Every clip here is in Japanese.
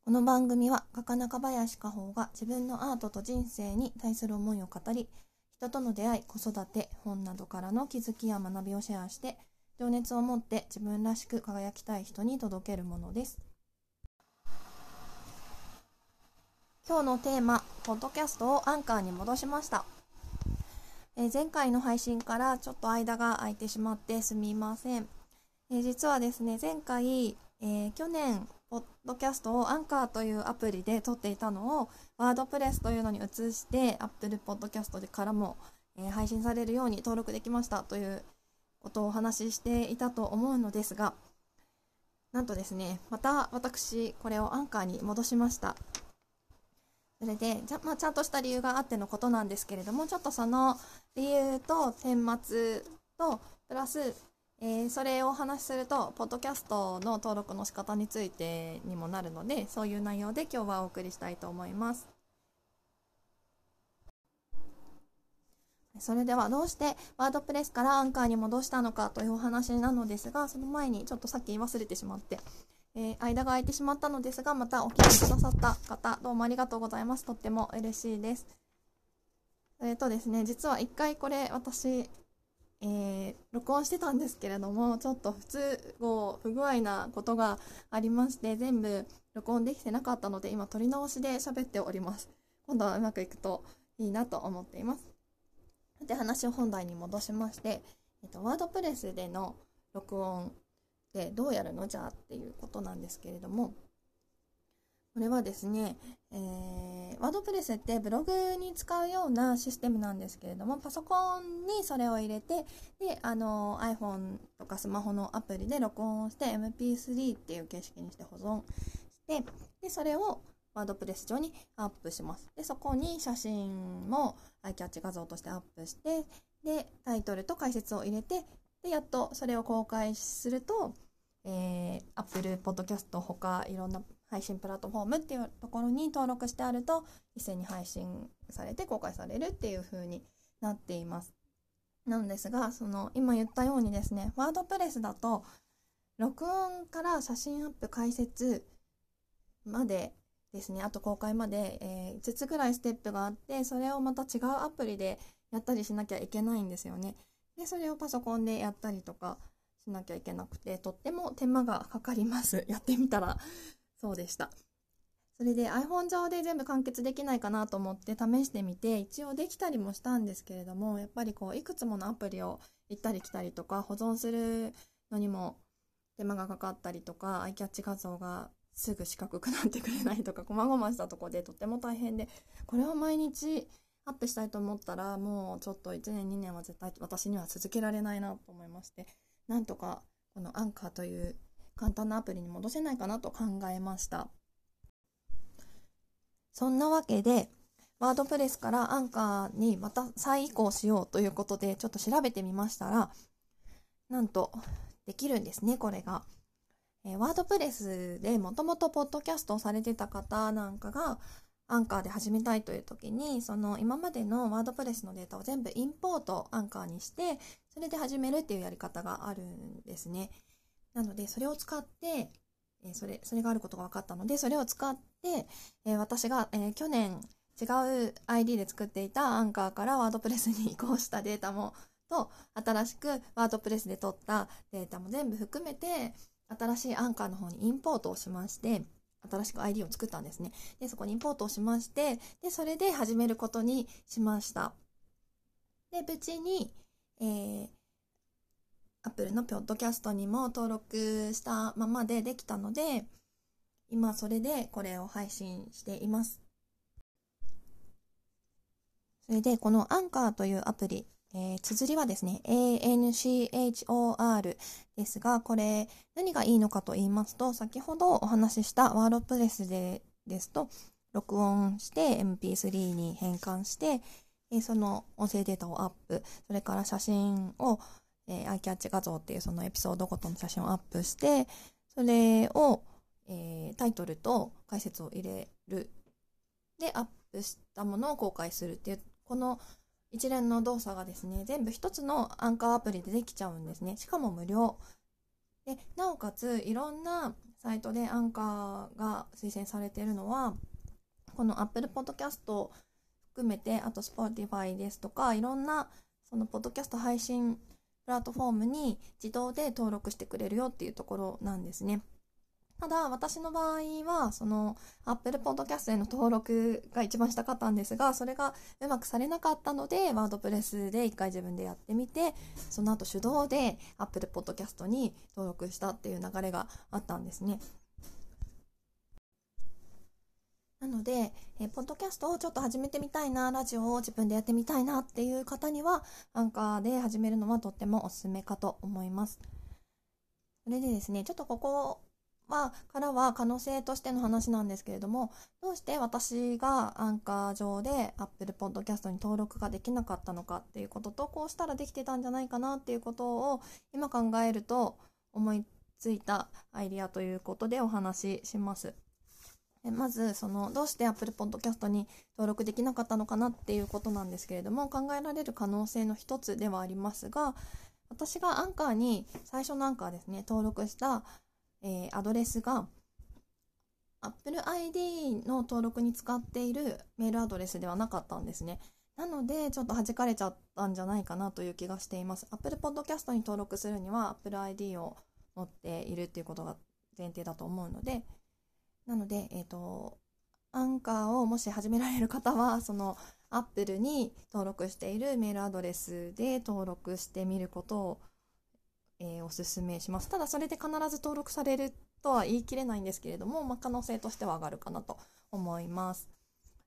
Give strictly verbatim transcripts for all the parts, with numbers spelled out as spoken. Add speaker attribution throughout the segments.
Speaker 1: この番組は画家中林香穂が自分のアートと人生に対する思いを語り、人との出会い、子育て、本などからの気づきや学びをシェアして、情熱を持って自分らしく輝きたい人に届けるものです。今日のテーマ、ポッドキャストをアンカーに戻しました。えー、前回の配信からちょっと間が空いてしまってすみません。えー、実はですね、前回、えー、去年ポッドキャストをアンカーというアプリで撮っていたのをワードプレスというのに移して Apple Podcast からも、えー、配信されるように登録できましたということをお話ししていたと思うのですが、なんとですね、また私これをアンカーに戻しました。それでじゃ、まあ、ちゃんとした理由があってのことなんですけれども、ちょっとその理由と顛末とプラスえー、それをお話しするとポッドキャストの登録の仕方についてにもなるので、そういう内容で今日はお送りしたいと思います。それではどうしてワードプレスからアンカーに戻したのかというお話なのですが、その前にちょっとさっき言い忘れてしまって、えー、間が空いてしまったのですが、またお聞きくださった方どうもありがとうございます。とっても嬉しいです。えーとですね、実は一回これ私えー、録音してたんですけれども、ちょっと不都合不具合なことがありまして、全部録音できてなかったので今撮り直しで喋っております。今度はうまくいくといいなと思っています。で、話を本題に戻しまして、えっと、ワードプレスでの録音でどうやるのじゃあっていうことなんですけれども、これはですね、えー、ワードプレスってブログに使うようなシステムなんですけれども、パソコンにそれを入れて、で、あの iPhone とかスマホのアプリで録音をして エムピースリー っていう形式にして保存して、で、それをワードプレス上にアップします。で、そこに写真もアイキャッチ画像としてアップして、で、タイトルと解説を入れて、で、やっとそれを公開すると、えー、Apple Podcast ほかいろんな配信プラットフォームっていうところに登録してあると一斉に配信されて公開されるっていう風になっています。なんですが、その今言ったようにですね、ワードプレスだと録音から写真アップ解説までですね、あと公開まで、えー、いつつぐらいステップがあって、それをまた違うアプリでやったりしなきゃいけないんですよね。で、それをパソコンでやったりとかしなきゃいけなくて、とっても手間がかかります。やってみたらそうでした。それで iPhone 上で全部完結できないかなと思って試してみて、一応できたりもしたんですけれども、やっぱりこういくつものアプリを行ったり来たりとか保存するのにも手間がかかったりとか、アイキャッチ画像がすぐ四角くなってくれないとか、細々したところでとっても大変で、これを毎日アップしたいと思ったらもうちょっといちねんにねんは絶対私には続けられないなと思いまして、なんとかこのアンカーという簡単なアプリに戻せないかなと考えました。そんなわけでワードプレスからアンカーにまた再移行しようということでちょっと調べてみましたら、なんとできるんですね。これが、えー、ワードプレスでもともとポッドキャストをされてた方なんかがアンカーで始めたいという時に、その今までのワードプレスのデータを全部インポートアンカーにして、それで始めるっていうやり方があるんですね。なのでそれを使って、えー、それそれがあることが分かったので、それを使って、えー、私が、えー、去年違う アイディー で作っていたアンカーからワードプレスに移行したデータもと、新しくワードプレスで取ったデータも全部含めて新しいアンカーの方にインポートをしまして、新しく アイディー を作ったんですね。で、そこにインポートをしまして、で、それで始めることにしました。で、無事に、えー、Apple のポッドキャストにも登録したままでできたので、今それでこれを配信しています。それでこのアンカーというアプリ、えー、綴りはですね エーエヌシーエイチオーアール ですが、これ何がいいのかと言いますと、先ほどお話ししたワードプレスでですと録音して エムピースリー に変換して、えー、その音声データをアップ、それから写真をえー、アイキャッチ画像っていうそのエピソードごとの写真をアップして、それを、えー、タイトルと解説を入れる。で、アップしたものを公開するっていう、この一連の動作がですね、全部一つのアンカーアプリでできちゃうんですね。しかも無料。で、なおかついろんなサイトでアンカーが推薦されているのは、この Apple Podcast 含めて、あと Spotify ですとか、いろんなそのポッドキャスト配信プラットフォームに自動で登録してくれるよっていうところなんですね。ただ私の場合はその Apple Podcast への登録が一番したかったんですが、それがうまくされなかったので、ワードプレスで一回自分でやってみて、その後手動で Apple Podcast に登録したっていう流れがあったんですね。なので、えポッドキャストをちょっと始めてみたいな、ラジオを自分でやってみたいなっていう方には、アンカーで始めるのはとってもおすすめかと思います。それでですね、ちょっとここはからは可能性としての話なんですけれども、どうして私がアンカー上で Apple Podcast に登録ができなかったのかっていうことと、こうしたらできてたんじゃないかなっていうことを今考えると思いついたアイディアということでお話しします。まずそのどうして Apple Podcast に登録できなかったのかなっていうことなんですけれども、考えられる可能性の一つではありますが、私がアンカーに最初のアンカーですね登録した、えー、アドレスが Apple アイディー の登録に使っているメールアドレスではなかったんですね。なのでちょっと弾かれちゃったんじゃないかなという気がしています。 Apple Podcast に登録するには Apple アイディー を持っているっていうことが前提だと思うので、なので、えっと、アンカーをもし始められる方は、その Apple に登録しているメールアドレスで登録してみることを、えー、お勧めします。ただ、それで必ず登録されるとは言い切れないんですけれども、まあ、可能性としては上がるかなと思います。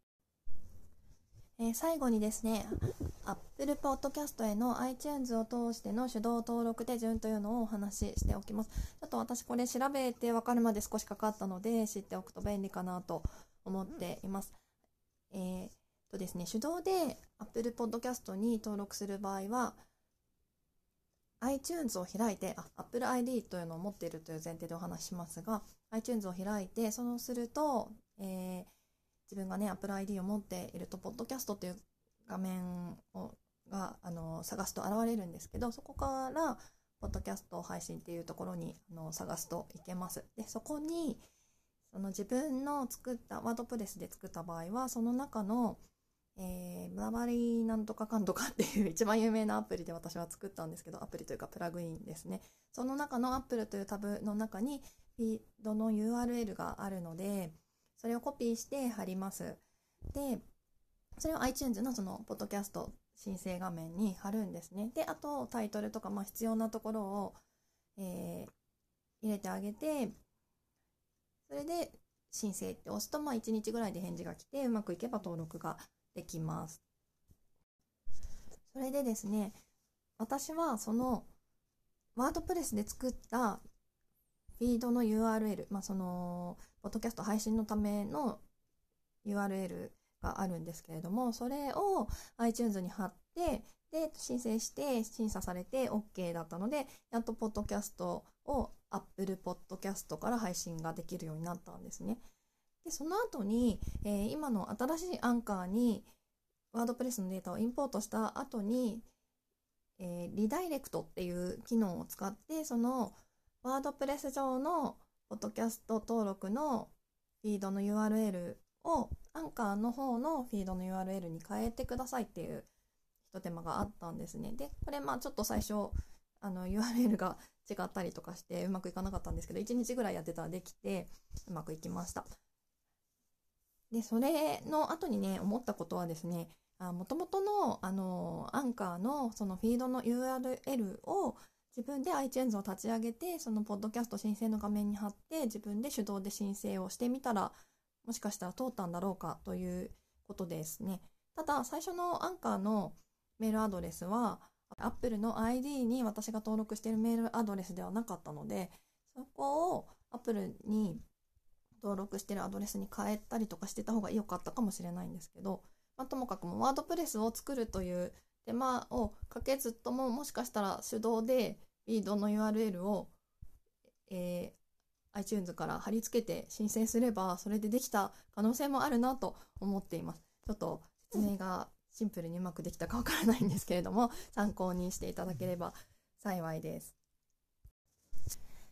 Speaker 1: えー、最後にですね、Apple Podcast への iTunes を通しての手動登録手順というのをお話ししておきます。ちょっと私これ調べて分かるまで少しかかったので、知っておくと便利かなと思っています。えー、とですね、手動で Apple Podcast に登録する場合は、iTunes を開いて、あ、Apple アイディー というのを持っているという前提でお話ししますが、iTunes を開いて、そうすると、えー自分がね Apple アイディー を持っているとポッドキャストという画面をがあの探すと現れるんですけど、そこからポッドキャスト配信っていうところにあの探すといけます。でそこにその自分の作ったワードプレスで作った場合は、その中の、えー、ブラバリーなんとかかんとかっていう一番有名なアプリで私は作ったんですけど、アプリというかプラグインですね。その中の Apple というタブの中にフィードの ユーアールエル があるので、それをコピーして貼ります。で、それを iTunes のそのポッドキャスト申請画面に貼るんですね。で、あとタイトルとか、まあ、必要なところを、えー、入れてあげて、それで申請って押すと、まあ、いちにちぐらいで返事が来て、うまくいけば登録ができます。それでですね、私はそのワードプレスで作ったフィードの ユーアールエル、まあ、そのポッドキャスト配信のための ユーアールエル があるんですけれども、それを iTunes に貼って、で申請して審査されて OK だったので、やっとポッドキャストを Apple Podcast から配信ができるようになったんですね。でその後に、えー、今の新しいアンカーにワードプレスのデータをインポートした後に、えー、リダイレクトっていう機能を使って、そのワードプレス上のポッドキャスト登録のフィードの ユーアールエル をアンカーの方のフィードの ユーアールエル に変えてくださいっていう一手間があったんですね。で、これまあちょっと最初あの ユーアールエル が違ったりとかしてうまくいかなかったんですけど、いちにちぐらいやってたらできてうまくいきました。で、それの後にね、思ったことはですね、もともとのあのアンカーのそのフィードの ユーアールエル を自分で iTunes を立ち上げて、そのポッドキャスト申請の画面に貼って自分で手動で申請をしてみたら、もしかしたら通ったんだろうかということですね。ただ最初のアンカーのメールアドレスは Apple の アイディー に私が登録しているメールアドレスではなかったので、そこを Apple に登録しているアドレスに変えたりとかしてた方が良かったかもしれないんですけど、まあ、ともかくもワードプレスを作るという手間をかけずとも、もしかしたら手動でフィードの ユーアールエル を、えー、iTunes から貼り付けて申請すればそれでできた可能性もあるなと思っています。ちょっと説明がシンプルにうまくできたかわからないんですけれども、参考にしていただければ幸いです。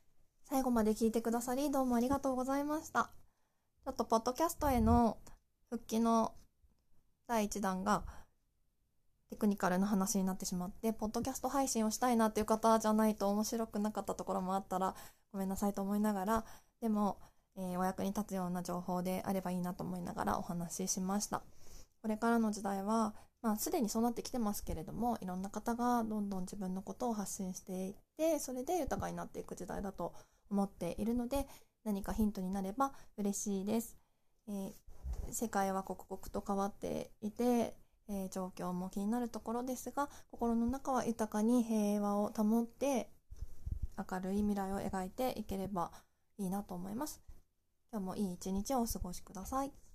Speaker 1: 最後まで聞いてくださりどうもありがとうございました。ちょっとポッドキャストへの復帰のだいいちだんがテクニカルな話になってしまって、ポッドキャスト配信をしたいなっていう方じゃないと面白くなかったところもあったらごめんなさいと思いながら、でも、えー、お役に立つような情報であればいいなと思いながらお話ししました。これからの時代は、まあ、すでにそうなってきてますけれども、いろんな方がどんどん自分のことを発信していって、それで豊かになっていく時代だと思っているので、何かヒントになれば嬉しいです。えー、世界は刻々と変わっていて、えー、状況も気になるところですが、心の中は豊かに平和を保って明るい未来を描いていければいいなと思います。今日もいい一日をお過ごしください。